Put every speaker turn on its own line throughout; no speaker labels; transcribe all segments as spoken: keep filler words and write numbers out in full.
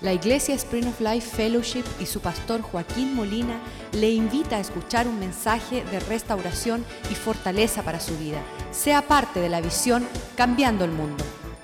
La Iglesia Spring of Life Fellowship y su pastor Joaquín Molina le invita a escuchar un mensaje de restauración y fortaleza para su vida. Sea parte de la visión Cambiando el Mundo.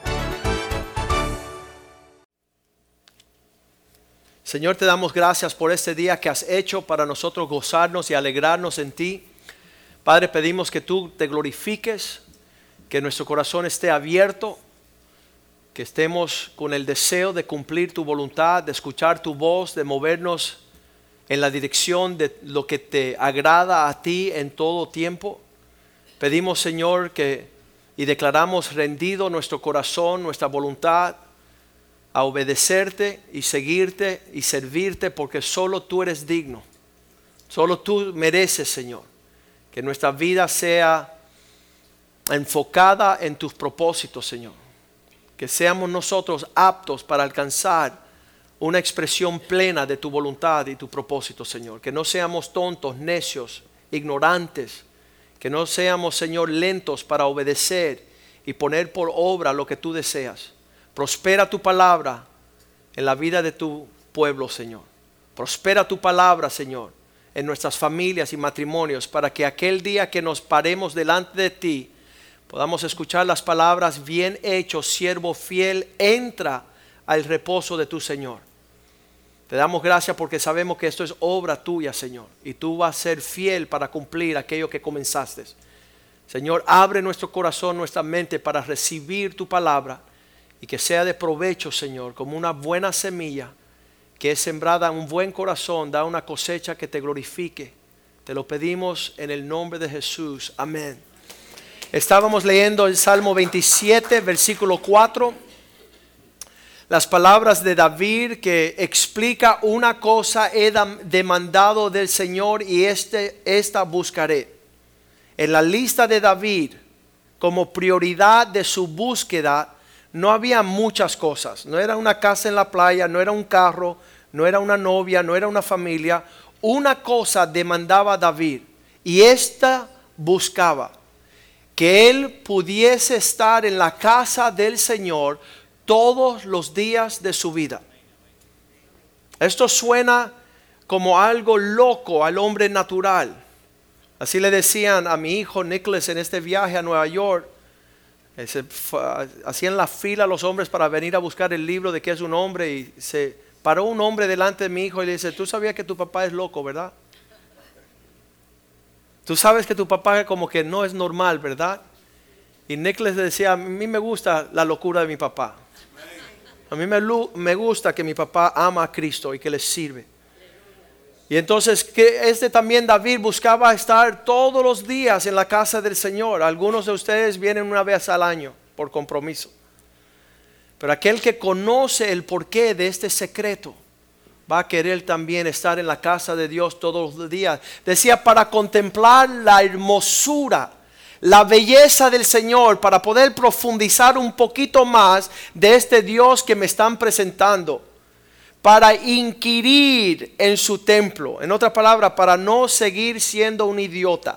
Señor, te damos gracias por este día que has hecho para nosotros gozarnos y alegrarnos en ti. Padre, pedimos que tú te glorifiques, que nuestro corazón esté abierto, que estemos con el deseo de cumplir tu voluntad, de escuchar tu voz, de movernos en la dirección de lo que te agrada a ti en todo tiempo. Pedimos, Señor, que y declaramos rendido nuestro corazón, nuestra voluntad a obedecerte y seguirte y servirte, porque solo tú eres digno. Solo tú mereces, Señor, que nuestra vida sea enfocada en tus propósitos, Señor. Que seamos nosotros aptos para alcanzar una expresión plena de tu voluntad y tu propósito, Señor. Que no seamos tontos, necios, ignorantes. Que no seamos, Señor, lentos para obedecer y poner por obra lo que tú deseas. Prospera tu palabra en la vida de tu pueblo, Señor. Prospera tu palabra, Señor, en nuestras familias y matrimonios, para que aquel día que nos paremos delante de ti, podamos escuchar las palabras: bien hecho, siervo fiel, entra al reposo de tu Señor. Te damos gracias porque sabemos que esto es obra tuya, Señor, y tú vas a ser fiel para cumplir aquello que comenzaste. Señor, abre nuestro corazón, nuestra mente para recibir tu palabra y que sea de provecho, Señor, como una buena semilla que es sembrada en un buen corazón, da una cosecha que te glorifique. Te lo pedimos en el nombre de Jesús. Amén. Estábamos leyendo el Salmo veintisiete, versículo cuatro. Las palabras de David que explica: una cosa he demandado del Señor y este, esta buscaré. En la lista de David, como prioridad de su búsqueda, no había muchas cosas. No era una casa en la playa, no era un carro, no era una novia, no era una familia. Una cosa demandaba David, y esta buscaba: que él pudiese estar en la casa del Señor todos los días de su vida. Esto suena como algo loco al hombre natural. Así le decían a mi hijo Nicholas en este viaje a Nueva York. Se hacían la fila los hombres para venir a buscar el libro de qué es un hombre, y se paró un hombre delante de mi hijo y le dice: tú sabías que tu papá es loco, ¿verdad? Tú sabes que tu papá como que no es normal, ¿verdad? Y Nicholas le decía: a mí me gusta la locura de mi papá. A mí me, me gusta que mi papá ama a Cristo y que le sirve. Y entonces que este también David buscaba estar todos los días en la casa del Señor. Algunos de ustedes vienen una vez al año por compromiso. Pero aquel que conoce el porqué de este secreto va a querer también estar en la casa de Dios todos los días. Decía: para contemplar la hermosura, la belleza del Señor, para poder profundizar un poquito más de este Dios que me están presentando. Para inquirir en su templo. En otras palabras, para no seguir siendo un idiota.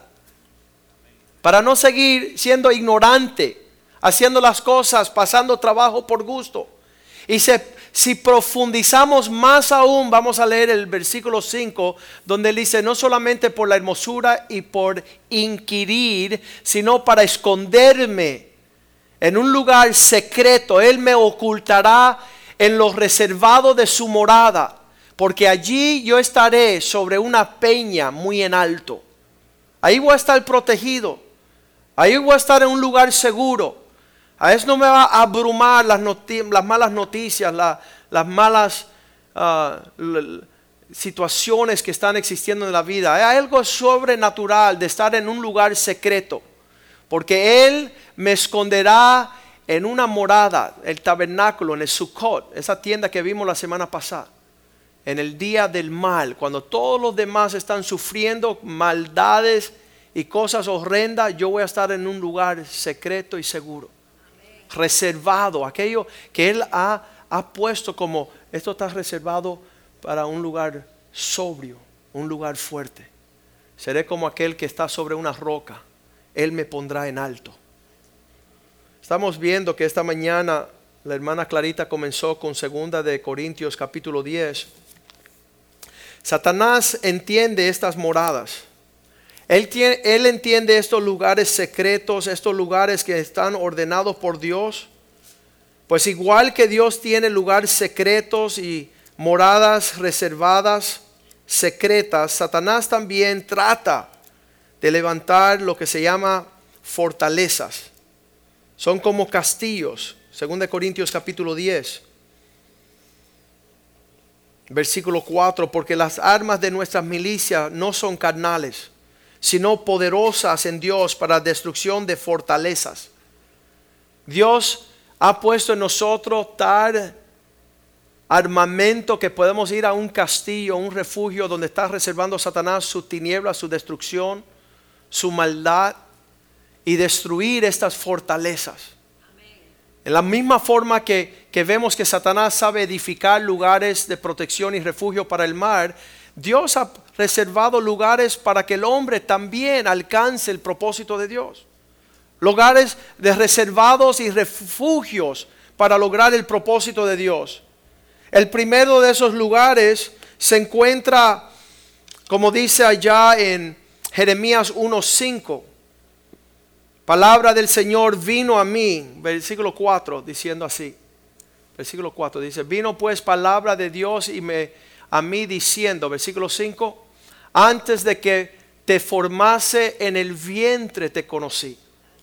Para no seguir siendo ignorante, haciendo las cosas, pasando trabajo por gusto. Y se, si profundizamos más aún, vamos a leer el versículo cinco, donde él dice: no solamente por la hermosura y por inquirir, sino para esconderme en un lugar secreto. Él me ocultará en lo reservado de su morada, porque allí yo estaré sobre una peña muy en alto. Ahí voy a estar protegido. Ahí voy a estar en un lugar seguro. A eso no me va a abrumar las, noti- las malas noticias, la, las malas uh, l- situaciones que están existiendo en la vida. Hay algo sobrenatural de estar en un lugar secreto, porque Él me esconderá en una morada, el tabernáculo, en el Sukkot, esa tienda que vimos la semana pasada. En el día del mal, cuando todos los demás están sufriendo maldades y cosas horrendas, yo voy a estar en un lugar secreto y seguro. Reservado, aquello que Él ha, ha puesto como: esto está reservado para un lugar sobrio, un lugar fuerte. Seré como aquel que está sobre una roca. Él me pondrá en alto. Estamos viendo que esta mañana La hermana Clarita comenzó con segunda de Corintios capítulo diez. Satanás entiende estas moradas. Él, tiene, él entiende estos lugares secretos, estos lugares que están ordenados por Dios. Pues igual que Dios tiene lugares secretos y moradas reservadas, secretas, Satanás también trata de levantar lo que se llama fortalezas. Son como castillos. segunda de Corintios capítulo diez. Versículo cuatro, porque las armas de nuestras milicias no son carnales, sino poderosas en Dios para destrucción de fortalezas. Dios ha puesto en nosotros tal armamento que podemos ir a un castillo, un refugio donde está reservando Satanás su tiniebla, su destrucción, su maldad, y destruir estas fortalezas. En la misma forma que, que vemos que Satanás sabe edificar lugares de protección y refugio para el mar, Dios ha reservado lugares para que el hombre también alcance el propósito de Dios. Lugares de reservados y refugios para lograr el propósito de Dios. El primero de esos lugares se encuentra, como dice allá en Jeremías uno cinco. Palabra del Señor vino a mí, versículo cuatro, diciendo así. Versículo cuatro dice, vino pues palabra de Dios y me, a mí diciendo, versículo cinco, antes de que te formase en el vientre te conocí.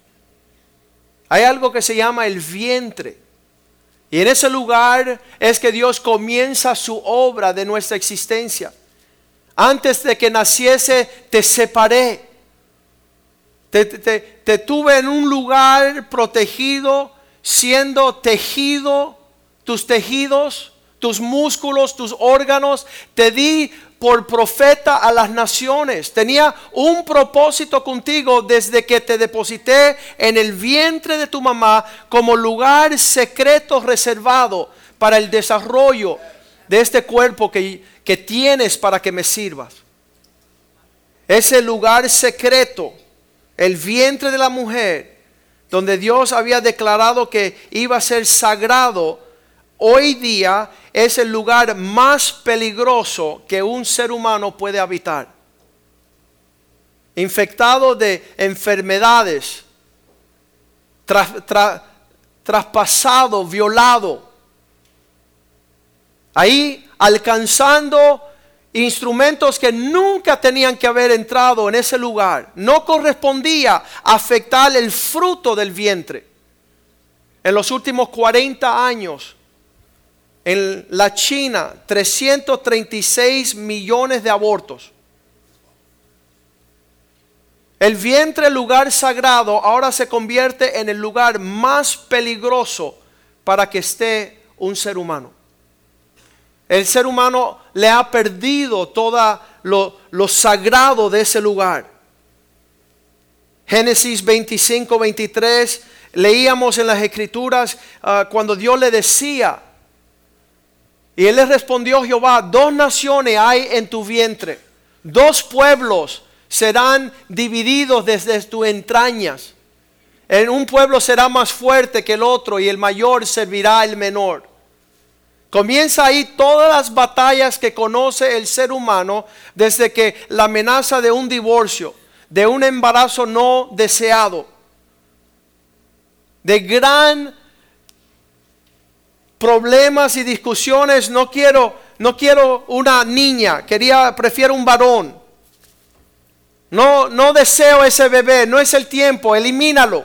Hay algo que se llama el vientre. Y en ese lugar es que Dios comienza su obra de nuestra existencia. Antes de que naciese te separé. Te, te, te tuve en un lugar protegido, siendo tejido, tus tejidos, tus músculos, tus órganos. Te di por profeta a las naciones. Tenía un propósito contigo desde que te deposité en el vientre de tu mamá como lugar secreto reservado para el desarrollo de este cuerpo que, que tienes para que me sirvas. Ese lugar secreto, el vientre de la mujer, donde Dios había declarado que iba a ser sagrado, hoy día es el lugar más peligroso que un ser humano puede habitar. Infectado de enfermedades, tras, tras, traspasado, violado. Ahí alcanzando instrumentos que nunca tenían que haber entrado en ese lugar. No correspondía afectar el fruto del vientre. En los últimos cuarenta años, en la China, trescientos treinta y seis millones de abortos. El vientre, lugar sagrado, ahora se convierte en el lugar más peligroso para que esté un ser humano. El ser humano le ha perdido todo lo, lo sagrado de ese lugar. Génesis veinticinco, veintitrés, leíamos en las escrituras uh, cuando Dios le decía, y él le respondió Jehová, dos naciones hay en tu vientre, dos pueblos serán divididos desde tus entrañas. En un pueblo será más fuerte que el otro y el mayor servirá al menor. Comienza ahí todas las batallas que conoce el ser humano desde que la amenaza de un divorcio, de un embarazo no deseado, de gran problemas y discusiones. No quiero, no quiero una niña, quería, prefiero un varón. No, no deseo ese bebé, no es el tiempo, elimínalo.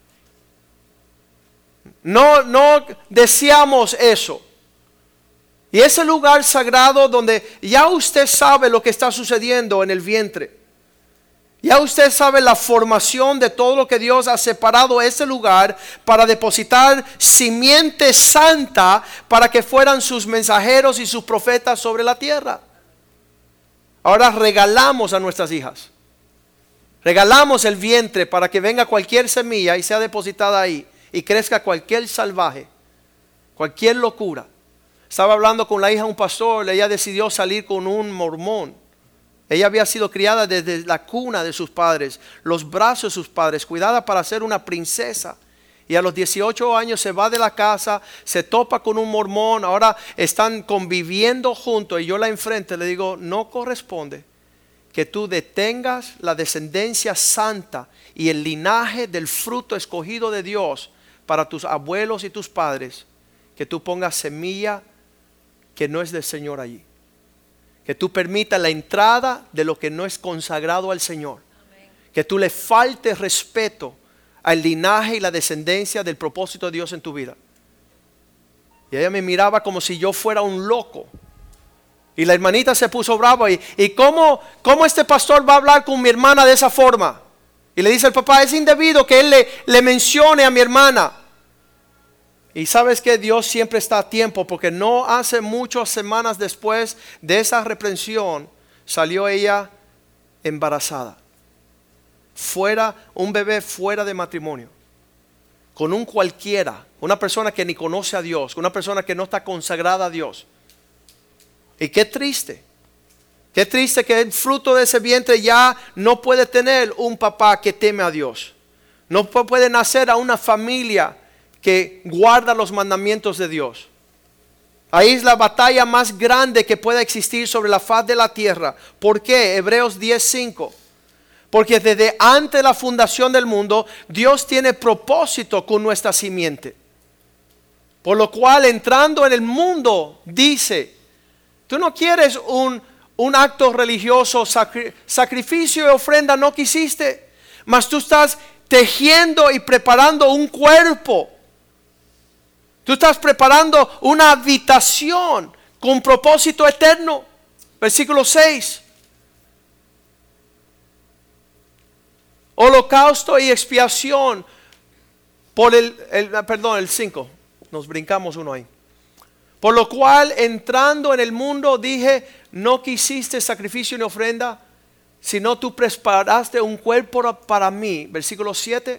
No, no deseamos eso. Y ese lugar sagrado donde ya usted sabe lo que está sucediendo en el vientre. Ya usted sabe la formación de todo lo que Dios ha separado ese lugar para depositar simiente santa para que fueran sus mensajeros y sus profetas sobre la tierra. Ahora regalamos a nuestras hijas. Regalamos el vientre para que venga cualquier semilla y sea depositada ahí y crezca cualquier salvaje, cualquier locura. Estaba hablando con la hija de un pastor, ella decidió salir con un mormón. Ella había sido criada desde la cuna de sus padres, los brazos de sus padres, cuidada para ser una princesa. Y a los dieciocho años se va de la casa, se topa con un mormón, ahora están conviviendo juntos y yo la enfrento y le digo, no corresponde que tú detengas la descendencia santa y el linaje del fruto escogido de Dios para tus abuelos y tus padres, que tú pongas semilla que no es del Señor allí. Que tú permitas la entrada de lo que no es consagrado al Señor. Amén. Que tú le faltes respeto al linaje y la descendencia del propósito de Dios en tu vida. Y ella me miraba como si yo fuera un loco. Y la hermanita se puso brava. ¿Y, y cómo, cómo este pastor va a hablar con mi hermana de esa forma? Y le dice al papá, es indebido que él le, le mencione a mi hermana. Y sabes que Dios siempre está a tiempo, porque no hace muchas semanas después de esa reprensión salió ella embarazada. Fuera, un bebé fuera de matrimonio, con un cualquiera, una persona que ni conoce a Dios, una persona que no está consagrada a Dios. Y qué triste, qué triste que el fruto de ese vientre ya no puede tener un papá que teme a Dios. No puede nacer a una familia que guarda los mandamientos de Dios. Ahí es la batalla más grande que pueda existir sobre la faz de la tierra. ¿Por qué? Hebreos diez cinco. Porque desde antes de la fundación del mundo, Dios tiene propósito con nuestra simiente. Por lo cual, entrando en el mundo, dice, tú no quieres un, un acto religioso, sacri, sacrificio y ofrenda, no quisiste. Mas tú estás tejiendo y preparando un cuerpo. Tú estás preparando una habitación con propósito eterno. Versículo seis. Holocausto y expiación por el, el perdón, el cinco. Nos brincamos uno ahí. Por lo cual, entrando en el mundo, dije, no quisiste sacrificio ni ofrenda, sino tú preparaste un cuerpo para mí. Versículo siete.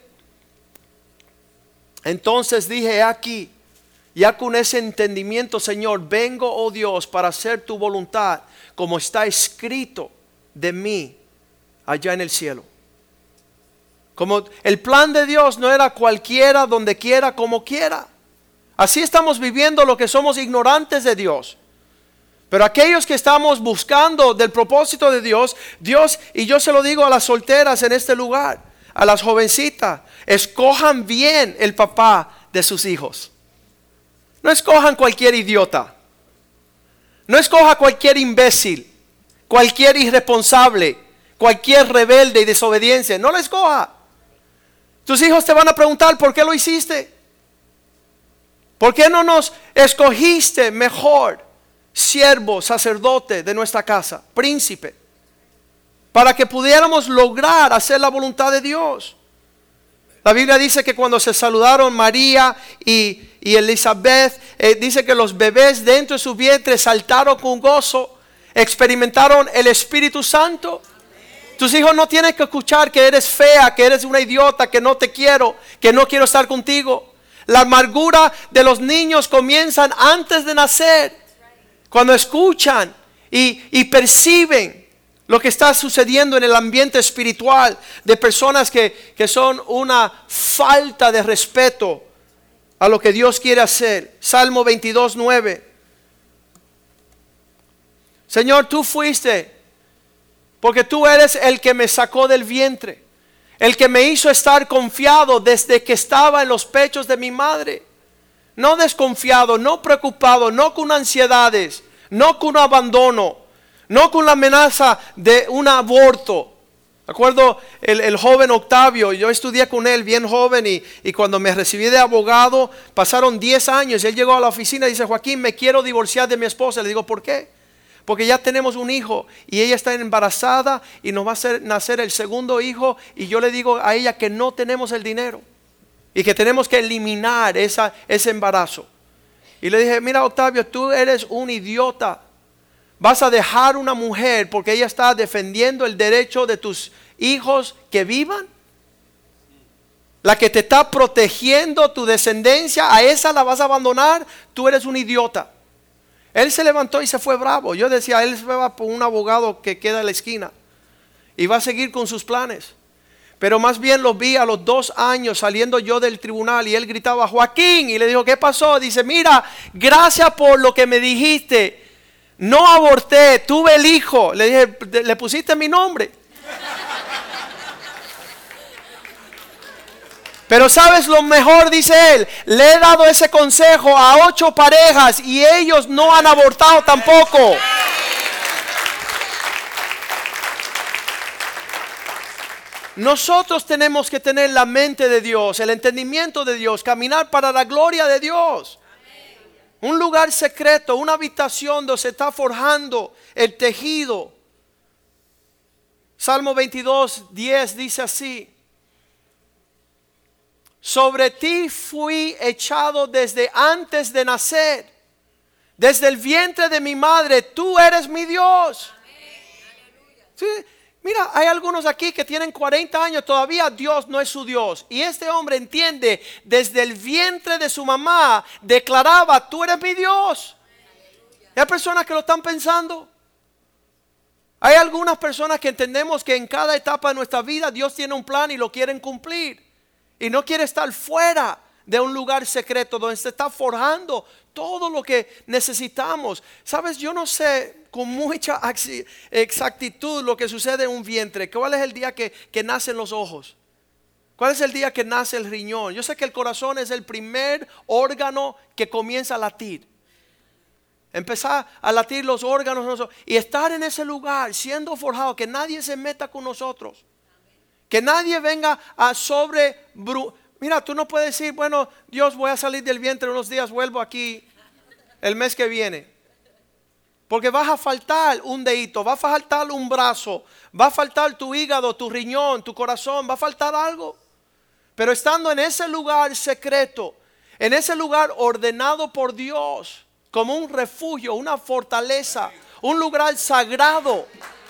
Entonces dije, aquí, ya con ese entendimiento, Señor, vengo, oh Dios, para hacer tu voluntad, como está escrito de mí allá en el cielo. Como el plan de Dios no era cualquiera, donde quiera, como quiera. Así estamos viviendo lo que somos ignorantes de Dios. Pero aquellos que estamos buscando del propósito de Dios, Dios, y yo se lo digo a las solteras en este lugar, a las jovencitas, escojan bien el papá de sus hijos. No escojan cualquier idiota. No escoja cualquier imbécil, cualquier irresponsable, cualquier rebelde y desobediente. No la escoja. Tus hijos te van a preguntar, ¿por qué lo hiciste? ¿Por qué no nos escogiste mejor siervo, sacerdote de nuestra casa, príncipe? Para que pudiéramos lograr hacer la voluntad de Dios. La Biblia dice que cuando se saludaron María y, y Elizabeth, eh, dice que los bebés dentro de su vientre saltaron con gozo, experimentaron el Espíritu Santo. Tus hijos no tienen que escuchar que eres fea, que eres una idiota, que no te quiero, que no quiero estar contigo. La amargura de los niños comienzan antes de nacer. Cuando escuchan y, y perciben lo que está sucediendo en el ambiente espiritual de personas que, que son una falta de respeto a lo que Dios quiere hacer. Salmo veintidós nueve. Señor, tú fuiste, porque tú eres el que me sacó del vientre, el que me hizo estar confiado desde que estaba en los pechos de mi madre. No desconfiado, no preocupado, no con ansiedades, no con abandono, no con la amenaza de un aborto. Acuerdo el, el joven Octavio, yo estudié con él bien joven y, y cuando me recibí de abogado pasaron diez años y él llegó a la oficina y dice, Joaquín, me quiero divorciar de mi esposa. Le digo, ¿por qué? Porque ya tenemos un hijo y ella está embarazada y nos va a hacer nacer el segundo hijo y yo le digo a ella que no tenemos el dinero y que tenemos que eliminar esa, ese embarazo. Y le dije, mira Octavio, tú eres un idiota. Vas a dejar una mujer porque ella está defendiendo el derecho de tus hijos que vivan. La que te está protegiendo tu descendencia, a esa la vas a abandonar. Tú eres un idiota. Él se levantó y se fue bravo. Yo decía, él se va por un abogado que queda en la esquina y va a seguir con sus planes. Pero más bien lo vi a los dos años saliendo yo del tribunal y él gritaba, Joaquín, y le dijo, ¿qué pasó? Dice, mira, gracias por lo que me dijiste. No aborté, tuve el hijo. Le dije, ¿le pusiste mi nombre? Pero ¿sabes lo mejor? Dice él, le he dado ese consejo a ocho parejas y ellos no han abortado tampoco. Nosotros tenemos que tener la mente de Dios, el entendimiento de Dios, caminar para la gloria de Dios. Un lugar secreto, una habitación donde se está forjando el tejido. Salmo veintidós, diez dice así. Sobre ti fui echado desde antes de nacer. Desde el vientre de mi madre, tú eres mi Dios. ¿Sí? Mira, hay algunos aquí que tienen cuarenta años, todavía Dios no es su Dios. Y este hombre entiende, desde el vientre de su mamá, declaraba, tú eres mi Dios. Y hay personas que lo están pensando. Hay algunas personas que entendemos que en cada etapa de nuestra vida Dios tiene un plan y lo quieren cumplir. Y no quiere estar fuera de un lugar secreto donde se está forjando todo lo que necesitamos. Sabes, yo no sé con mucha exactitud lo que sucede en un vientre. ¿Cuál es el día que, que nacen los ojos? ¿Cuál es el día que nace el riñón? Yo sé que el corazón es el primer órgano que comienza a latir. Empezar a latir los órganos y estar en ese lugar siendo forjado, que nadie se meta con nosotros. Que nadie venga a sobre... Mira, tú no puedes decir, bueno, Dios, voy a salir del vientre unos días, vuelvo aquí el mes que viene. Porque vas a faltar un dedito, va a faltar un brazo, va a faltar tu hígado, tu riñón, tu corazón, va a faltar algo. Pero estando en ese lugar secreto, en ese lugar ordenado por Dios, como un refugio, una fortaleza, un lugar sagrado,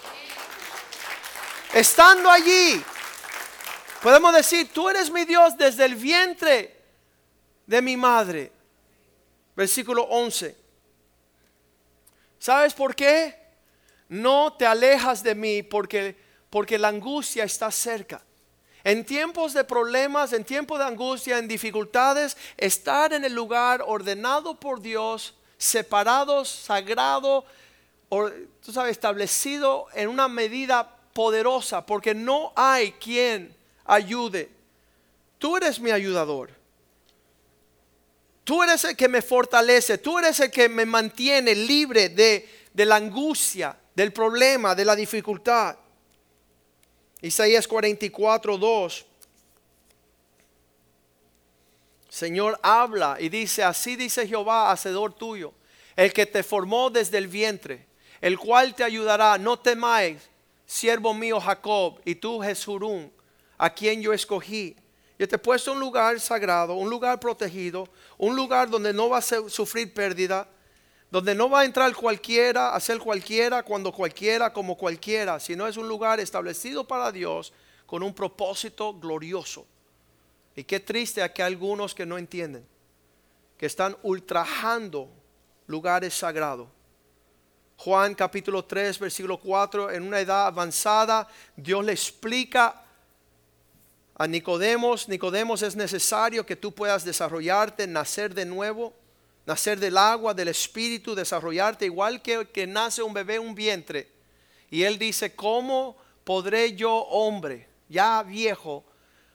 estando allí, podemos decir, tú eres mi Dios desde el vientre de mi madre. Versículo once. ¿Sabes por qué? No te alejas de mí porque, porque la angustia está cerca. En tiempos de problemas, en tiempos de angustia, en dificultades, estar en el lugar ordenado por Dios, separado, sagrado, or, tú sabes, establecido en una medida poderosa, porque no hay quien ayude. Tú eres mi ayudador. Tú eres el que me fortalece. Tú eres el que me mantiene libre de, de la angustia, del problema, de la dificultad. Isaías cuarenta y cuatro, dos. Señor habla y dice, así dice Jehová, hacedor tuyo, el que te formó desde el vientre, el cual te ayudará. No temáis, siervo mío Jacob, y tú Jeshurún, a quien yo escogí. Yo te he puesto un lugar sagrado, un lugar protegido, un lugar donde no vas a sufrir pérdida, donde no va a entrar cualquiera, a ser cualquiera, cuando cualquiera, como cualquiera, sino es un lugar establecido para Dios con un propósito glorioso. Y qué triste que hay algunos que no entienden, que están ultrajando lugares sagrados. Juan capítulo tres, versículo cuatro, en una edad avanzada, Dios le explica a Nicodemos, Nicodemos, es necesario que tú puedas desarrollarte, nacer de nuevo, nacer del agua, del espíritu, desarrollarte igual que, que nace un bebé en un vientre. Y él dice, ¿cómo podré yo, hombre, ya viejo,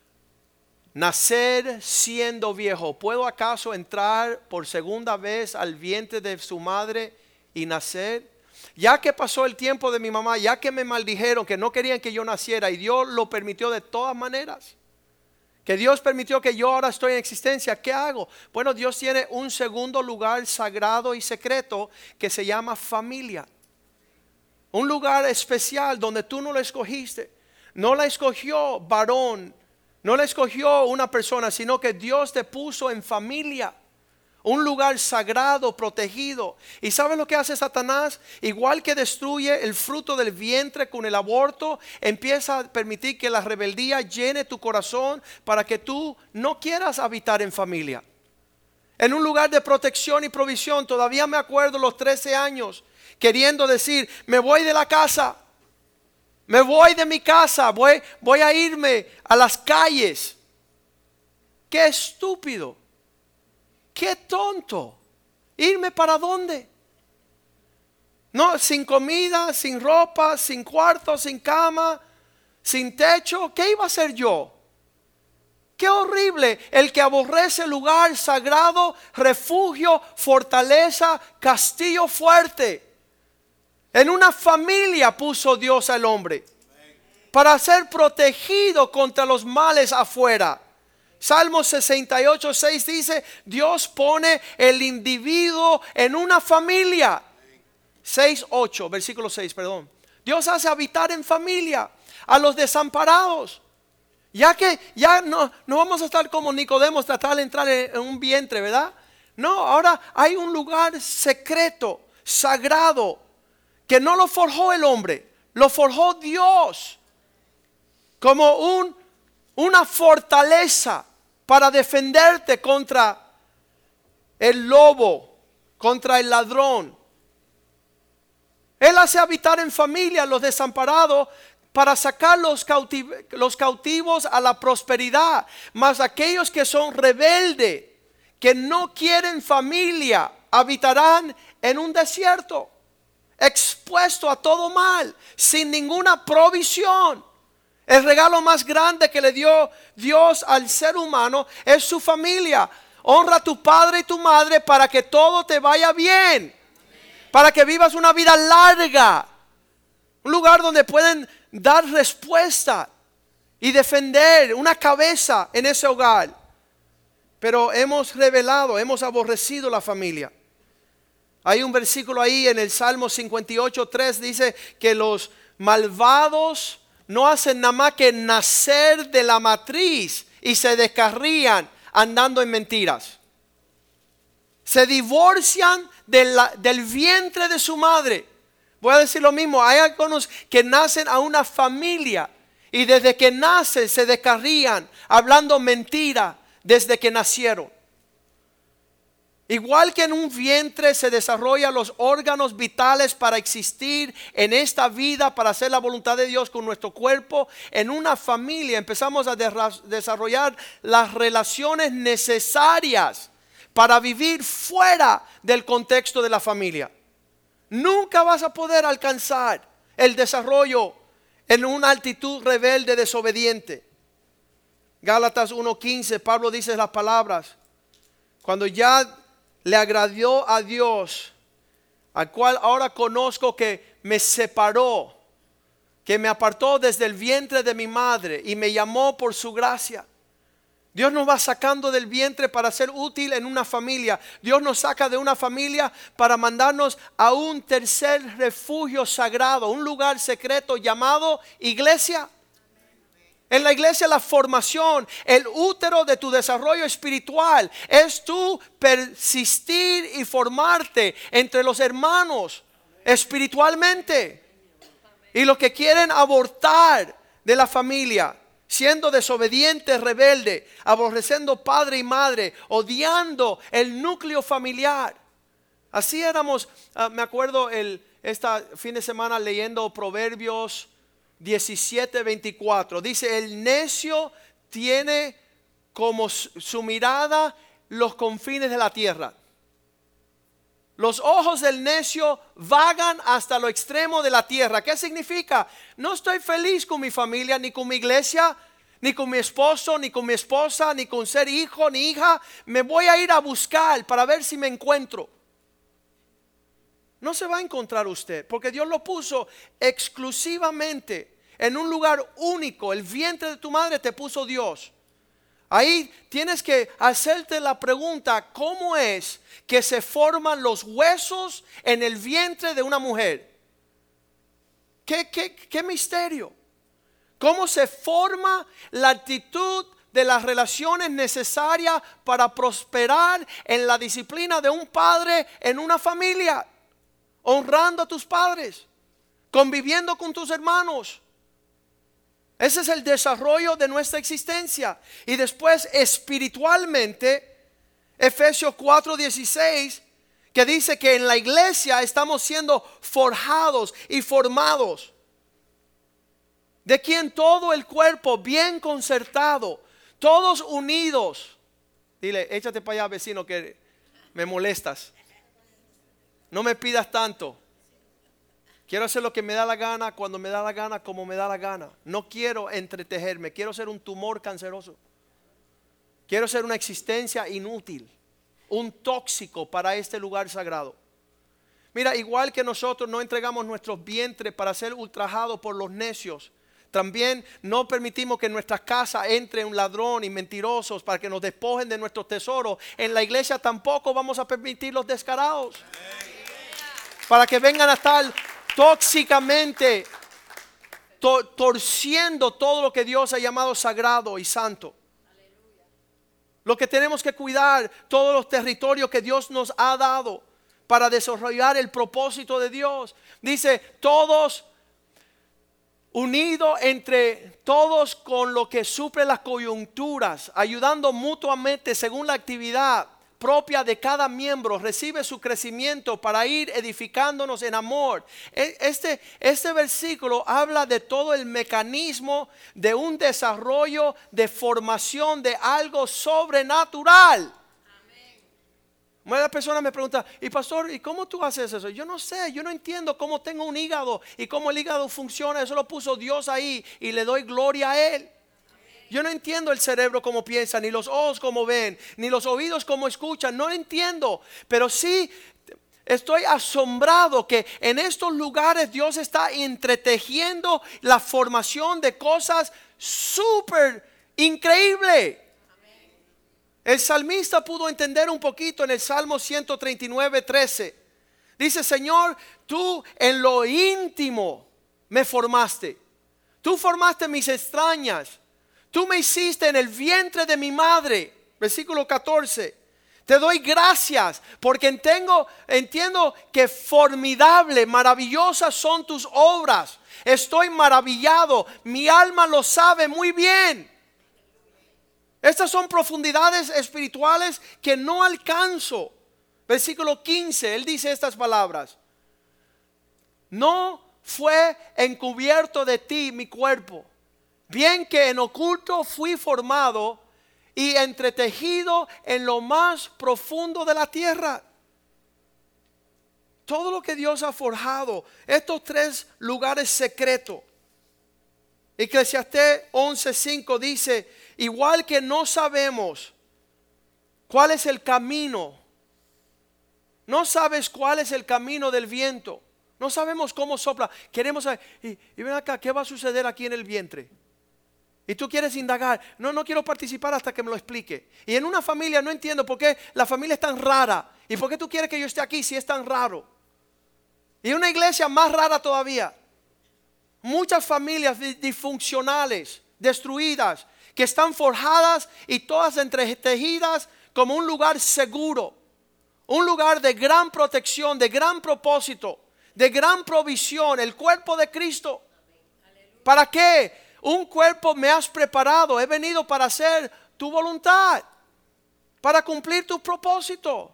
nacer siendo viejo? ¿Puedo acaso entrar por segunda vez al vientre de su madre y nacer? Ya que pasó el tiempo de mi mamá, ya que me maldijeron, que no querían que yo naciera, y Dios lo permitió de todas maneras, que Dios permitió que yo ahora estoy en existencia, ¿qué hago? Bueno, Dios tiene un segundo lugar sagrado y secreto que se llama familia. Un lugar especial donde tú no lo escogiste. No la escogió varón, no la escogió una persona, sino que Dios te puso en familia. Un lugar sagrado, protegido. ¿Y sabes lo que hace Satanás? Igual que destruye el fruto del vientre con el aborto, empieza a permitir que la rebeldía llene tu corazón para que tú no quieras habitar en familia. En un lugar de protección y provisión. Todavía me acuerdo los trece años queriendo decir, me voy de la casa. Me voy de mi casa, voy, voy a irme a las calles. Qué estúpido. Qué tonto. ¿Irme para dónde? No, sin comida, sin ropa, sin cuarto, sin cama, sin techo. ¿Qué iba a hacer yo? Qué horrible el que aborrece lugar sagrado, refugio, fortaleza, castillo fuerte. En una familia puso Dios al hombre para ser protegido contra los males afuera. Salmo sesenta y ocho, seis dice: Dios pone el individuo en una familia. seis, ocho, versículo seis, perdón. Dios hace habitar en familia a los desamparados. Ya que ya no, no vamos a estar como Nicodemo, tratar de entrar en, en un vientre, ¿verdad? No, ahora hay un lugar secreto, sagrado, que no lo forjó el hombre, lo forjó Dios. Como un, una fortaleza para defenderte contra el lobo, contra el ladrón. Él hace habitar en familia a los desamparados para sacar los, cautiv- los cautivos a la prosperidad. Mas aquellos que son rebeldes, que no quieren familia, habitarán en un desierto, expuesto a todo mal, sin ninguna provisión. El regalo más grande que le dio Dios al ser humano es su familia. Honra a tu padre y tu madre para que todo te vaya bien, para que vivas una vida larga, un lugar donde pueden dar respuesta y defender una cabeza en ese hogar. Pero hemos rebelado, hemos aborrecido la familia. Hay un versículo ahí en el Salmo cincuenta y ocho, tres, dice que los malvados no hacen nada más que nacer de la matriz y se descarrían andando en mentiras. Se divorcian de la, del vientre de su madre. Voy a decir lo mismo, hay algunos que nacen a una familia y desde que nacen se descarrían hablando mentira desde que nacieron. Igual que en un vientre se desarrollan los órganos vitales para existir en esta vida, para hacer la voluntad de Dios con nuestro cuerpo, en una familia empezamos a desarrollar las relaciones necesarias para vivir fuera del contexto de la familia. Nunca vas a poder alcanzar el desarrollo en una actitud rebelde, desobediente. Gálatas uno quince, Pablo dice las palabras: cuando ya le agradó a Dios, al cual ahora conozco que me separó, que me apartó desde el vientre de mi madre y me llamó por su gracia. Dios nos va sacando del vientre para ser útil en una familia. Dios nos saca de una familia para mandarnos a un tercer refugio sagrado, un lugar secreto llamado iglesia. En la iglesia la formación, el útero de tu desarrollo espiritual es tu persistir y formarte entre los hermanos espiritualmente. Y los que quieren abortar de la familia, siendo desobediente, rebelde, aborreciendo padre y madre, odiando el núcleo familiar. Así éramos, uh, me acuerdo el esta fin de semana leyendo Proverbios diecisiete veinticuatro. Dice: el necio tiene como su mirada los confines de la tierra. Los ojos del necio vagan hasta lo extremo de la tierra. ¿Qué significa? No estoy feliz con mi familia, ni con mi iglesia, ni con mi esposo, ni con mi esposa, ni con ser hijo, ni hija. Me voy a ir a buscar para ver si me encuentro. No se va a encontrar usted, porque Dios lo puso exclusivamente en un lugar único. El vientre de tu madre te puso Dios. Ahí tienes que hacerte la pregunta: ¿cómo es que se forman los huesos en el vientre de una mujer? ¿Qué, qué, qué misterio? ¿Cómo se forma la actitud de las relaciones necesarias para prosperar en la disciplina de un padre en una familia? Honrando a tus padres, conviviendo con tus hermanos. Ese es el desarrollo de nuestra existencia. Y después espiritualmente, Efesios cuatro dieciséis, que dice que en la iglesia estamos siendo forjados y formados. de quien todo el cuerpo bien concertado, todos unidos. Dile, échate para allá, vecino, que me molestas. No me pidas tanto. Quiero hacer lo que me da la gana, cuando me da la gana, como me da la gana. No quiero entretejerme, quiero ser un tumor canceroso. Quiero ser una existencia inútil, un tóxico para este lugar sagrado. Mira, igual que nosotros no entregamos nuestros vientres para ser ultrajados por los necios, también no permitimos que en nuestras casas entre un ladrón y mentirosos para que nos despojen de nuestros tesoros. En la iglesia tampoco vamos a permitir los descarados, para que vengan a estar tóxicamente to- torciendo todo lo que Dios ha llamado sagrado y santo. Lo que tenemos que cuidar, todos los territorios que Dios nos ha dado para desarrollar el propósito de Dios. Dice, todos unidos entre todos con lo que suple las coyunturas, ayudando mutuamente según la actividad propia de cada miembro, recibe su crecimiento para ir edificándonos en amor. Este, este versículo habla de todo el mecanismo de un desarrollo, de formación de algo sobrenatural. Una persona me pregunta, y pastor, ¿y cómo tú haces eso? Yo no sé, yo no entiendo cómo tengo un hígado y cómo el hígado funciona. Eso lo puso Dios ahí y le doy gloria a Él. Yo no entiendo el cerebro como piensa, ni los ojos como ven, ni los oídos como escuchan. No lo entiendo, pero sí estoy asombrado que en estos lugares Dios está entretejiendo la formación de cosas súper increíbles. El salmista pudo entender un poquito en el Salmo ciento treinta y nueve, trece. Dice, Señor, tú en lo íntimo me formaste. Tú formaste mis extrañas. Tú me hiciste en el vientre de mi madre. Versículo catorce. Te doy gracias porque entiendo, entiendo que formidable, maravillosas son tus obras. Estoy maravillado. Mi alma lo sabe muy bien. Estas son profundidades espirituales que no alcanzo. Versículo quince, él dice estas palabras. No fue encubierto de ti mi cuerpo, bien que en oculto fui formado y entretejido en lo más profundo de la tierra. Todo lo que Dios ha forjado, estos tres lugares secretos. Eclesiastés once cinco dice, igual que no sabemos cuál es el camino, no sabes cuál es el camino del viento, no sabemos cómo sopla, queremos saber, y, y ven acá, ¿qué va a suceder aquí en el vientre? Y tú quieres indagar, no, no quiero participar hasta que me lo explique. Y en una familia no entiendo por qué la familia es tan rara, y por qué tú quieres que yo esté aquí si es tan raro. Y una iglesia más rara todavía. Muchas familias disfuncionales, destruidas, que están forjadas y todas entretejidas como un lugar seguro, un lugar de gran protección, de gran propósito, de gran provisión, el cuerpo de Cristo. ¿Para qué? Un cuerpo me has preparado, he venido para hacer tu voluntad, para cumplir tu propósito.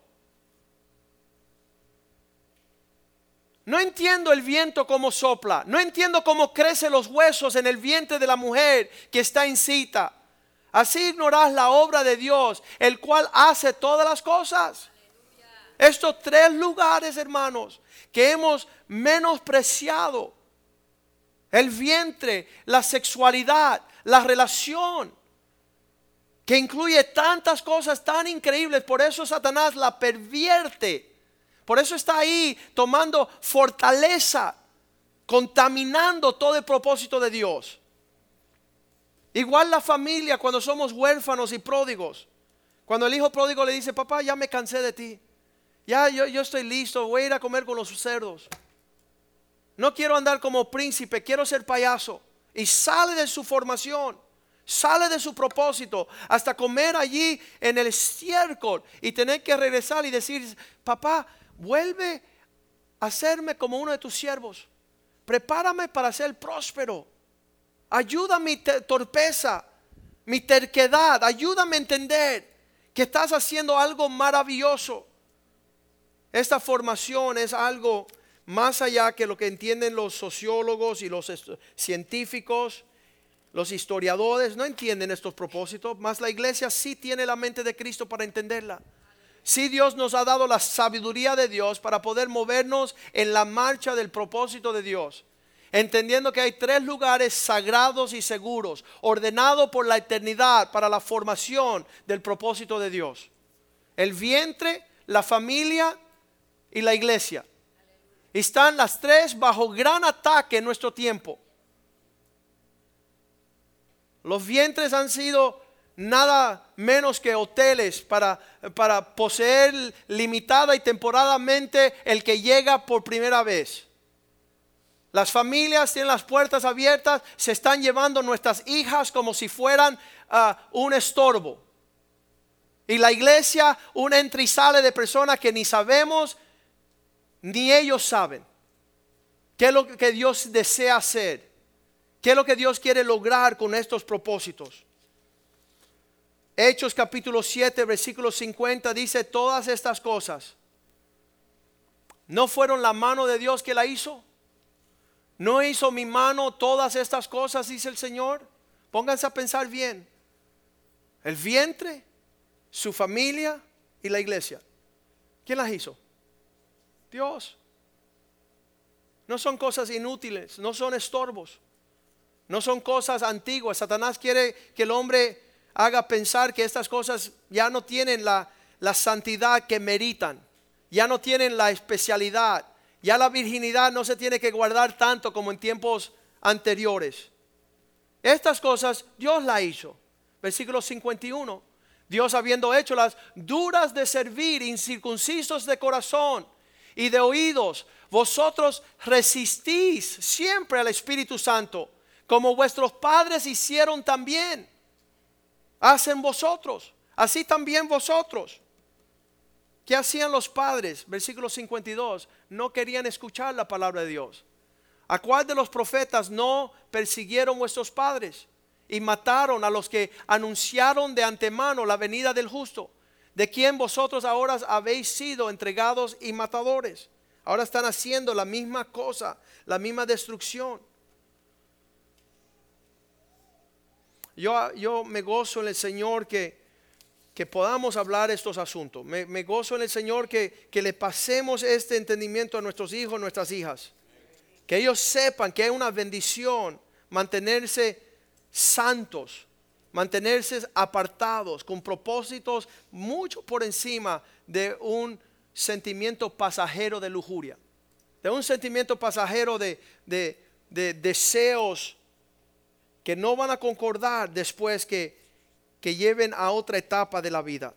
No entiendo el viento como sopla. No entiendo cómo crecen los huesos en el vientre de la mujer que está incita. Así ignorás la obra de Dios, el cual hace todas las cosas. Aleluya. Estos tres lugares, hermanos, que hemos menospreciado. El vientre, la sexualidad, la relación, que incluye tantas cosas tan increíbles. Por eso Satanás la pervierte. Por eso está ahí tomando fortaleza, contaminando todo el propósito de Dios. Igual la familia cuando somos huérfanos y pródigos. Cuando el hijo pródigo le dice, papá, ya me cansé de ti. Ya yo, yo estoy listo, voy a ir a comer con los cerdos. No quiero andar como príncipe, quiero ser payaso. Y sale de su formación, sale de su propósito, hasta comer allí en el estiércol y tener que regresar y decir, papá, vuelve a hacerme como uno de tus siervos. Prepárame para ser próspero. Ayuda mi torpeza, mi terquedad. Ayúdame a entender que estás haciendo algo maravilloso. Esta formación es algo más allá que lo que entienden los sociólogos y los científicos, los historiadores no entienden estos propósitos, mas la iglesia sí tiene la mente de Cristo para entenderla. Sí, Dios nos ha dado la sabiduría de Dios para poder movernos en la marcha del propósito de Dios, entendiendo que hay tres lugares sagrados y seguros, ordenados por la eternidad para la formación del propósito de Dios: el vientre, la familia y la iglesia. Están las tres bajo gran ataque en nuestro tiempo. Los vientres han sido nada menos que hoteles para, para poseer limitada y temporadamente el que llega por primera vez. Las familias tienen las puertas abiertas, se están llevando nuestras hijas como si fueran uh, un estorbo. Y la iglesia, un entra y sale de personas que ni sabemos, ni ellos saben qué es lo que Dios desea hacer, qué es lo que Dios quiere lograr con estos propósitos. Hechos capítulo siete, versículo cincuenta dice: todas estas cosas no fueron la mano de Dios que la hizo. ¿No hizo mi mano todas estas cosas?, dice el Señor. Pónganse a pensar bien. El vientre, su familia y la iglesia. ¿Quién las hizo? Dios. No son cosas inútiles, no son estorbos, no son cosas antiguas. Satanás quiere que el hombre haga pensar que estas cosas ya no tienen la, la santidad que meritan, ya no tienen la especialidad. Ya la virginidad no se tiene que guardar tanto como en tiempos anteriores. Estas cosas Dios las hizo. Versículo cincuenta y uno. Dios, habiendo hecho las duras de servir, incircuncisos de corazón y de oídos, vosotros resistís siempre al Espíritu Santo, como vuestros padres hicieron también. Hacen vosotros, así también vosotros. ¿Qué hacían los padres? Versículo cincuenta y dos. No querían escuchar la palabra de Dios. ¿A cuál de los profetas no persiguieron vuestros padres y mataron a los que anunciaron de antemano la venida del justo, de quien vosotros ahora habéis sido entregados y matadores? Ahora están haciendo la misma cosa, la misma destrucción. Yo, yo me gozo en el Señor que que podamos hablar estos asuntos. Me, me gozo en el Señor que, que le pasemos este entendimiento a nuestros hijos, nuestras hijas. Que ellos sepan que es una bendición mantenerse santos, mantenerse apartados, con propósitos mucho por encima de un sentimiento pasajero de lujuria, de un sentimiento pasajero de, de, de deseos que no van a concordar después que que lleven a otra etapa de la vida.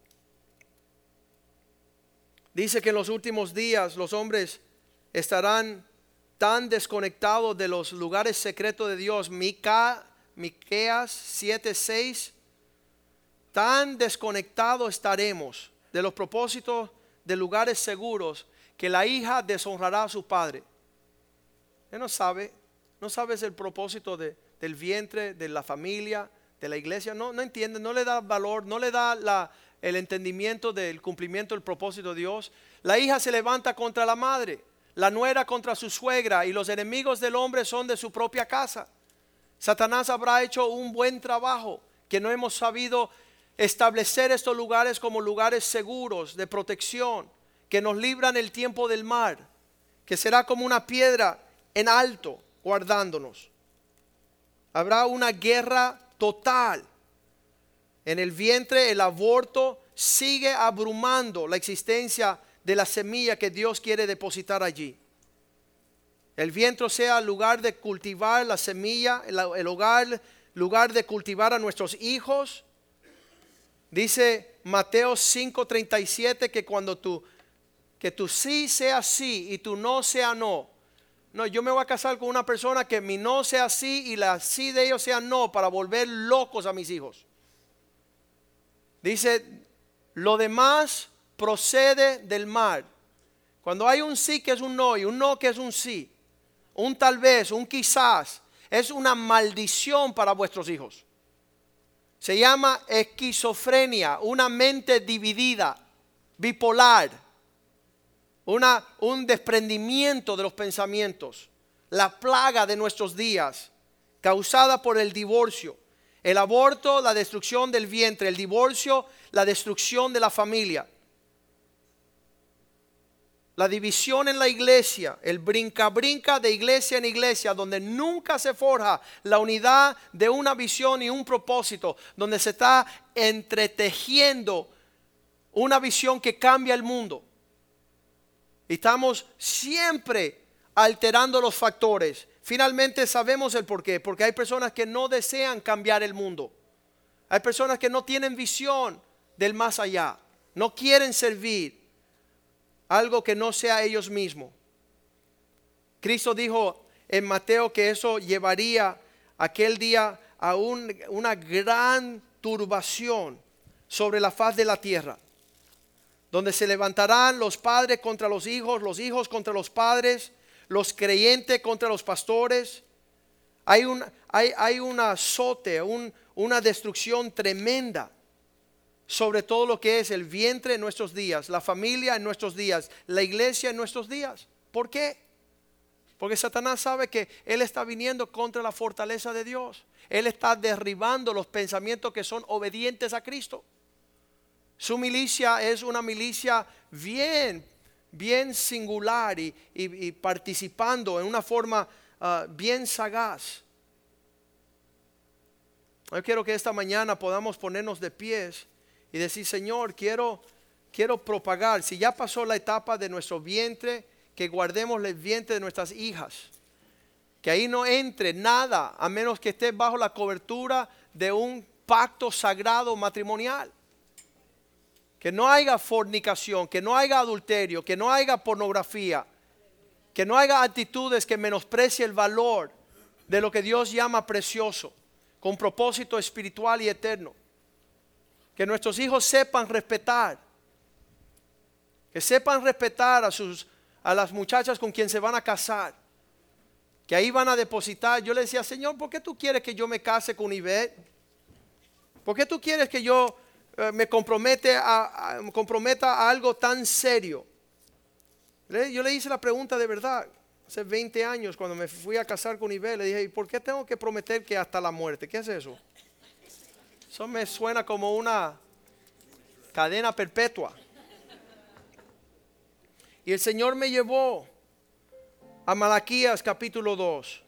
Dice que en los últimos días los hombres estarán tan desconectados de los lugares secretos de Dios. Mica, Miqueas siete seis. Tan desconectados estaremos de los propósitos de lugares seguros que la hija deshonrará a su padre. Él no sabe, no sabes el propósito de, del vientre, de la familia, de la iglesia. No, no entiende, no le da valor, no le da la, el entendimiento del cumplimiento del propósito de Dios. La hija se levanta contra la madre, la nuera contra su suegra, y los enemigos del hombre son de su propia casa. Satanás habrá hecho un buen trabajo, que no hemos sabido establecer estos lugares como lugares seguros de protección, que nos libran el tiempo del mar, que será como una piedra en alto guardándonos. Habrá una guerra total. En el vientre el aborto sigue abrumando la existencia de la semilla que Dios quiere depositar allí. El vientre sea el lugar de cultivar la semilla, el, el hogar, lugar de cultivar a nuestros hijos. Dice Mateo cinco treinta y siete que cuando tú, que tu sí sea sí y tu no sea no. No, yo me voy a casar con una persona que mi no sea sí y la sí de ellos sea no, para volver locos a mis hijos. Dice, lo demás procede del mal. Cuando hay un sí que es un no y un no que es un sí, un tal vez, un quizás, es una maldición para vuestros hijos. Se llama esquizofrenia, una mente dividida, bipolar. una, un desprendimiento de los pensamientos. La plaga de nuestros días, causada por el divorcio. El aborto, la destrucción del vientre. El divorcio, la destrucción de la familia. La división en la iglesia, el brinca-brinca de iglesia en iglesia, donde nunca se forja la unidad de una visión y un propósito, donde se está entretejiendo una visión que cambia el mundo. Y estamos siempre alterando los factores. Finalmente sabemos el porqué, porque hay personas que no desean cambiar el mundo. Hay personas que no tienen visión del más allá, no quieren servir algo que no sea ellos mismos. Cristo dijo en Mateo que eso llevaría aquel día a un, una gran turbación sobre la faz de la tierra, donde se levantarán los padres contra los hijos, los hijos contra los padres, los creyentes contra los pastores. Hay un, hay, hay un azote, un, una destrucción tremenda sobre todo lo que es el vientre en nuestros días, la familia en nuestros días, la iglesia en nuestros días. ¿Por qué? Porque Satanás sabe que él está viniendo contra la fortaleza de Dios. Él está derribando los pensamientos que son obedientes a Cristo. Su milicia es una milicia bien, bien singular y, y, y participando en una forma uh, bien sagaz. Yo quiero que esta mañana podamos ponernos de pies y decir: Señor, quiero, quiero propagar. Si ya pasó la etapa de nuestro vientre, que guardemos el vientre de nuestras hijas. Que ahí no entre nada a menos que esté bajo la cobertura de un pacto sagrado matrimonial. Que no haya fornicación, que no haya adulterio, que no haya pornografía, que no haya actitudes que menosprecien el valor de lo que Dios llama precioso, con propósito espiritual y eterno. Que nuestros hijos sepan respetar, que sepan respetar a, sus, a las muchachas con quien se van a casar, que ahí van a depositar. Yo le decía: Señor, ¿por qué tú quieres que yo me case con Ivette? ¿Por qué tú quieres que yo eh, me compromete a, a, me comprometa a algo tan serio? Yo le hice la pregunta de verdad hace veinte años cuando me fui a casar con Ivette. Le dije: ¿y por qué tengo que prometer que hasta la muerte? ¿Qué es eso? Eso me suena como una cadena perpetua. Y el Señor me llevó a Malaquías capítulo dos.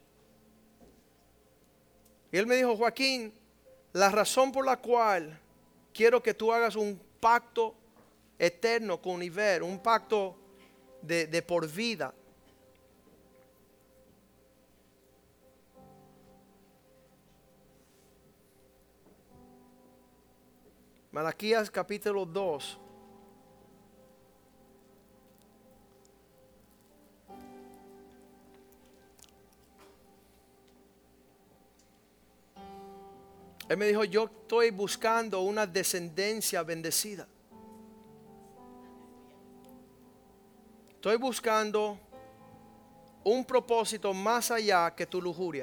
Y Él me dijo: Joaquín, la razón por la cual quiero que tú hagas un pacto eterno con Ivette, un pacto de, de por vida, Malaquías capítulo dos. Él me dijo: yo estoy buscando una descendencia bendecida. Estoy buscando un propósito más allá que tu lujuria.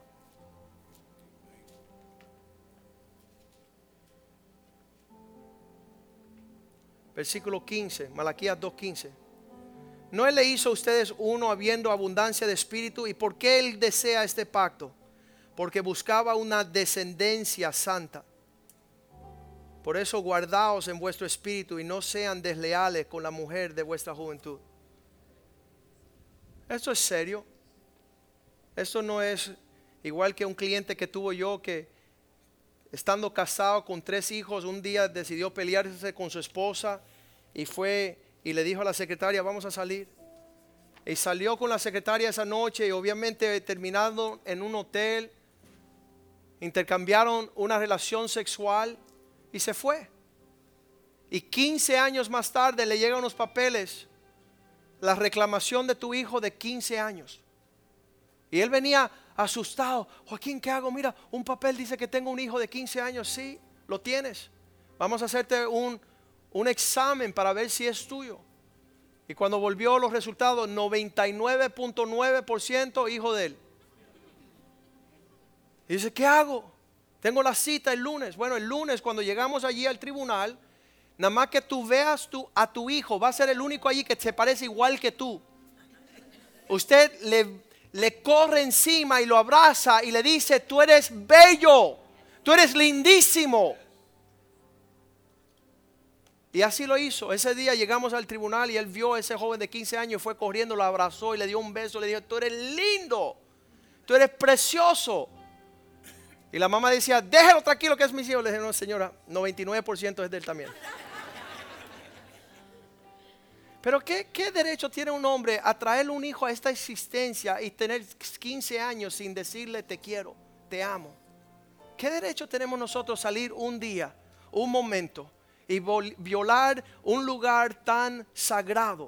Versículo quince, Malaquías dos quince. ¿No Él le hizo a ustedes uno habiendo abundancia de espíritu? ¿Y por qué Él desea este pacto? Porque buscaba una descendencia santa. Por eso guardaos en vuestro espíritu y no sean desleales con la mujer de vuestra juventud. Esto es serio. Esto no es igual que un cliente que tuvo yo que, estando casado con tres hijos, un día decidió pelearse con su esposa y fue y le dijo a la secretaria: vamos a salir. Y salió con la secretaria esa noche y obviamente terminando en un hotel, intercambiaron una relación sexual y se fue. Y quince años más tarde le llegan unos papeles, la reclamación de tu hijo de quince años. Y él venía asustado: Joaquín, ¿qué hago? Mira, un papel dice que tengo un hijo de quince años. Sí, lo tienes. Vamos a hacerte un, un examen para ver si es tuyo. Y cuando volvió los resultados, noventa y nueve punto nueve por ciento hijo de él. Y dice: ¿qué hago? Tengo la cita el lunes. Bueno, el lunes cuando llegamos allí al tribunal, Nada más que tú veas tú, a tu hijo, va a ser el único allí que se parece igual que tú. Usted le, le corre encima y lo abraza y le dice, tú eres bello, tú eres lindísimo. Y así lo hizo. Ese día llegamos al tribunal y él vio a ese joven de quince años, fue corriendo, lo abrazó y le dio un beso, le dijo, tú eres lindo, tú eres precioso. Y la mamá decía, déjelo tranquilo que es mi hijo. Le dije, no señora, noventa y nueve por ciento es de él también. Pero ¿qué, qué derecho tiene un hombre a traerle un hijo a esta existencia y tener quince años sin decirle te quiero, te amo? ¿Qué derecho tenemos nosotros salir un día, un momento y violar un lugar tan sagrado?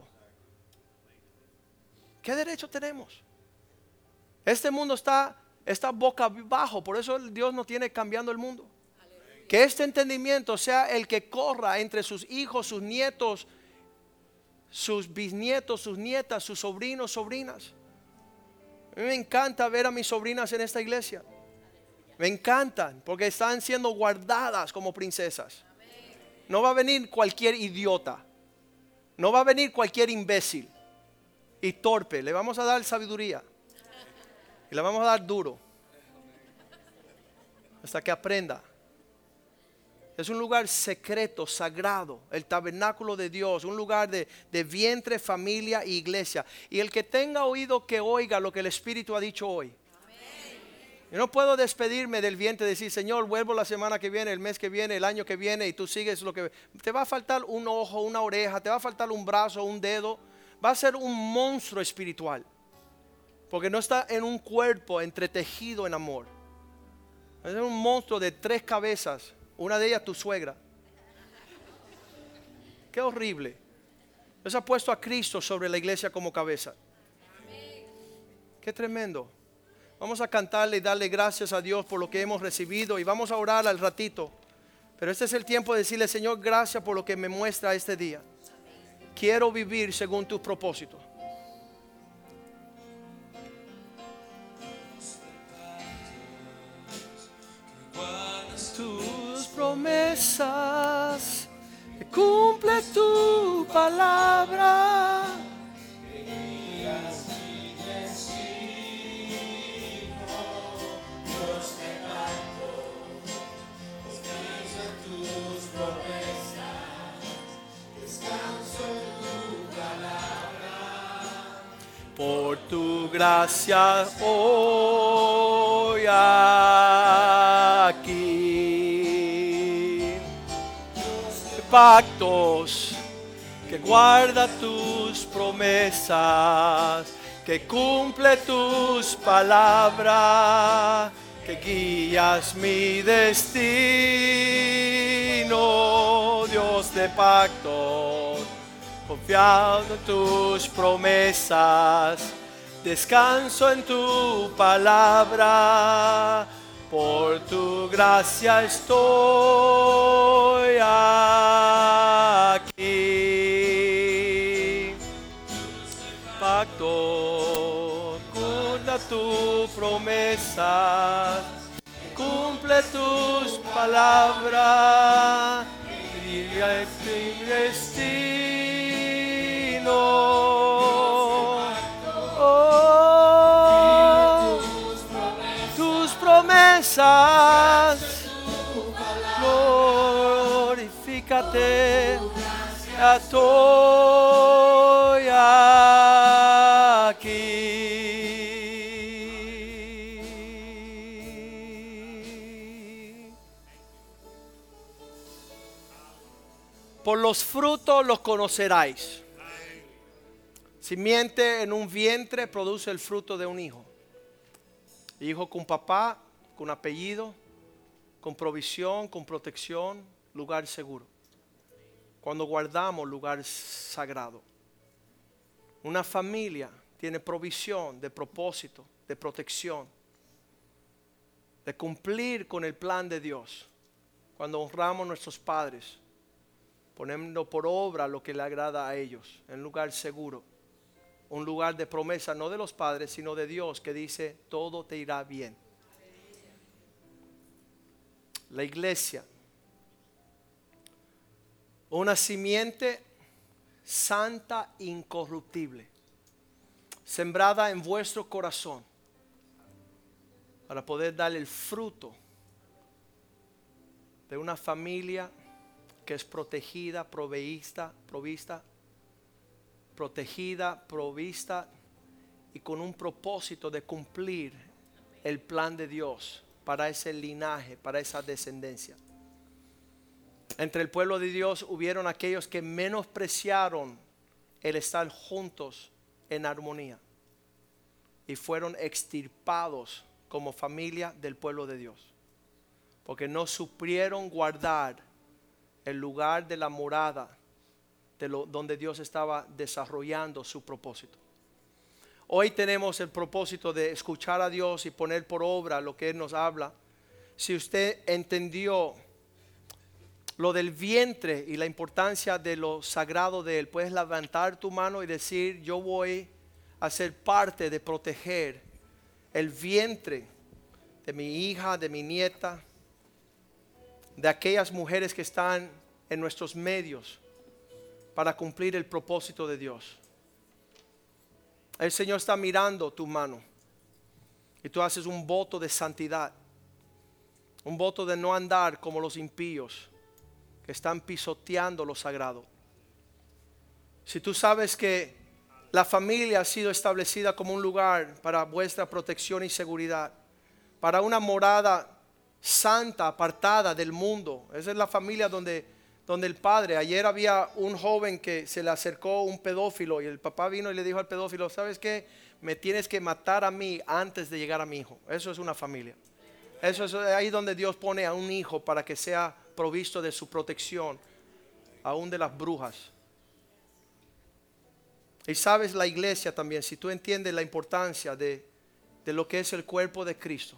¿Qué derecho tenemos? Este mundo está, está boca abajo, por eso Dios no tiene cambiando el mundo. Que este entendimiento sea el que corra entre sus hijos, sus nietos, sus bisnietos, sus nietas, sus sobrinos, sobrinas. A mí me encanta ver a mis sobrinas en esta iglesia. Me encantan porque están siendo guardadas como princesas. No va a venir cualquier idiota. No va a venir cualquier imbécil y torpe. Le vamos a dar sabiduría y le vamos a dar duro hasta que aprenda. Es un lugar secreto, sagrado, el tabernáculo de Dios, un lugar de, de vientre, familia e iglesia. Y el que tenga oído que oiga lo que el Espíritu ha dicho hoy. Amén. Yo no puedo despedirme del vientre y decir, Señor, vuelvo la semana que viene, el mes que viene, el año que viene y tú sigues lo que... Te va a faltar un ojo, una oreja, te va a faltar un brazo, un dedo. Va a ser un monstruo espiritual. Porque no está en un cuerpo entretejido en amor. Es un monstruo de tres cabezas. Una de ellas tu suegra. Qué horrible. Dios ha puesto a Cristo sobre la iglesia como cabeza. Qué tremendo. Vamos a cantarle y darle gracias a Dios por lo que hemos recibido. Y vamos a orar al ratito. Pero este es el tiempo de decirle, Señor, gracias por lo que me muestra este día. Quiero vivir según tus propósitos. Tus promesas, cumple tu palabra. Que guías mi destino, Dios te canto, descanso en tus promesas, descanso en tu palabra. Por tu gracia hoy aquí. Pactos, que guarda tus promesas, que cumple tus palabras, que guías mi destino, Dios de pactos, confiado en tus promesas, descanso en tu palabra. Por tu gracia estoy aquí. Pacto, guarda tu promesa, cumple tus palabras, guía mi destino. Oh, tus promesas, glorifícate, estoy aquí. Por los frutos los conoceráis. Simiente en un vientre produce el fruto de un hijo. Hijo con papá, con apellido, con provisión, con protección, lugar seguro. Cuando guardamos lugar sagrado. Una familia tiene provisión de propósito, de protección, de cumplir con el plan de Dios. Cuando honramos a nuestros padres, poniendo por obra lo que le agrada a ellos, en lugar seguro. Un lugar de promesa, no de los padres, sino de Dios, que dice, todo te irá bien. La iglesia una simiente santa, incorruptible, sembrada en vuestro corazón, para poder dar el fruto de una familia que es protegida, proveísta, provista, protegida, provista y con un propósito de cumplir el plan de Dios para ese linaje, para esa descendencia. Entre el pueblo de Dios hubieron aquellos que menospreciaron el estar juntos en armonía y fueron extirpados como familia del pueblo de Dios, porque no supieron guardar el lugar de la morada de lo, donde Dios estaba desarrollando su propósito. Hoy tenemos el propósito de escuchar a Dios y poner por obra lo que Él nos habla. Si usted entendió lo del vientre y la importancia de lo sagrado de Él, puedes levantar tu mano y decir: yo voy a ser parte de proteger el vientre de mi hija, de mi nieta, de aquellas mujeres que están en nuestros medios, para cumplir el propósito de Dios. El Señor está mirando tu mano y tú haces un voto de santidad, un voto de no andar como los impíos que están pisoteando lo sagrado. Si tú sabes que la familia ha sido establecida como un lugar para vuestra protección y seguridad, para una morada santa, apartada del mundo, esa es la familia donde, donde el padre, ayer había un joven que se le acercó un pedófilo y el papá vino y le dijo al pedófilo: ¿sabes qué? Me tienes que matar a mí antes de llegar a mi hijo. Eso es una familia. Eso es ahí donde Dios pone a un hijo para que sea provisto de su protección, aún de las brujas. Y sabes, la iglesia también, si tú entiendes la importancia de, de lo que es el cuerpo de Cristo,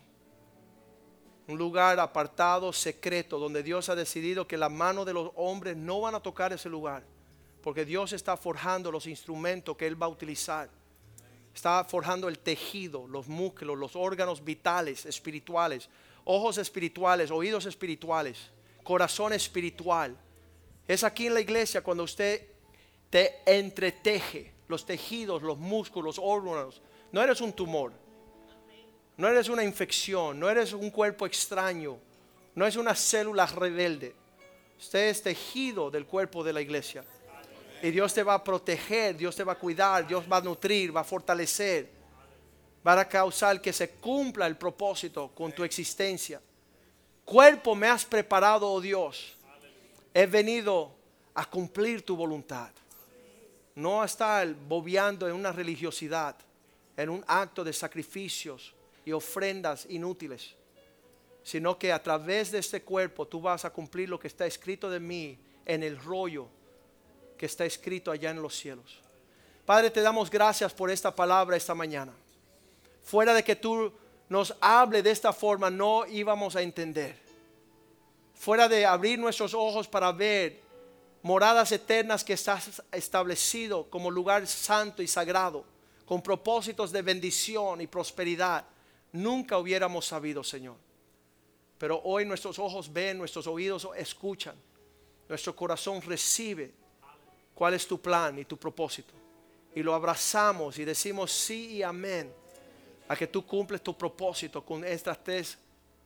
un lugar apartado, secreto, donde Dios ha decidido que la mano de los hombres no van a tocar ese lugar, porque Dios está forjando los instrumentos que Él va a utilizar. Está forjando el tejido, los músculos, los órganos vitales, espirituales, ojos espirituales, oídos espirituales, corazón espiritual. Es aquí en la iglesia cuando usted te entreteje los tejidos, los músculos, órganos. No eres un tumor, no eres una infección, no eres un cuerpo extraño, no es una célula rebelde. Usted es tejido del cuerpo de la iglesia. Y Dios te va a proteger, Dios te va a cuidar, Dios va a nutrir, va a fortalecer, va a causar que se cumpla el propósito con tu existencia. Cuerpo me has preparado, oh Dios. He venido a cumplir tu voluntad. No a estar bobeando en una religiosidad, en un acto de sacrificios y ofrendas inútiles, sino que a través de este cuerpo tú vas a cumplir lo que está escrito de mí en el rollo que está escrito allá en los cielos. Padre, te damos gracias por esta palabra esta mañana. Fuera de que tú nos hables de esta forma, no íbamos a entender. Fuera de abrir nuestros ojos para ver moradas eternas que estás establecido como lugar santo y sagrado, con propósitos de bendición y prosperidad, nunca hubiéramos sabido, Señor. Pero hoy nuestros ojos ven, nuestros oídos escuchan, nuestro corazón recibe cuál es tu plan y tu propósito, y lo abrazamos y decimos sí y amén a que tú cumples tu propósito con estas tres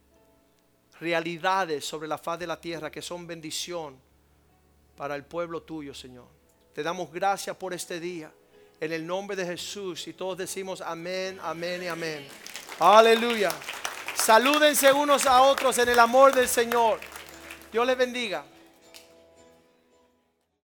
realidades sobre la faz de la tierra que son bendición para el pueblo tuyo, Señor. Te damos gracias por este día en el nombre de Jesús, y todos decimos amén, amén y amén. Aleluya. Salúdense unos a otros en el amor del Señor. Dios les bendiga.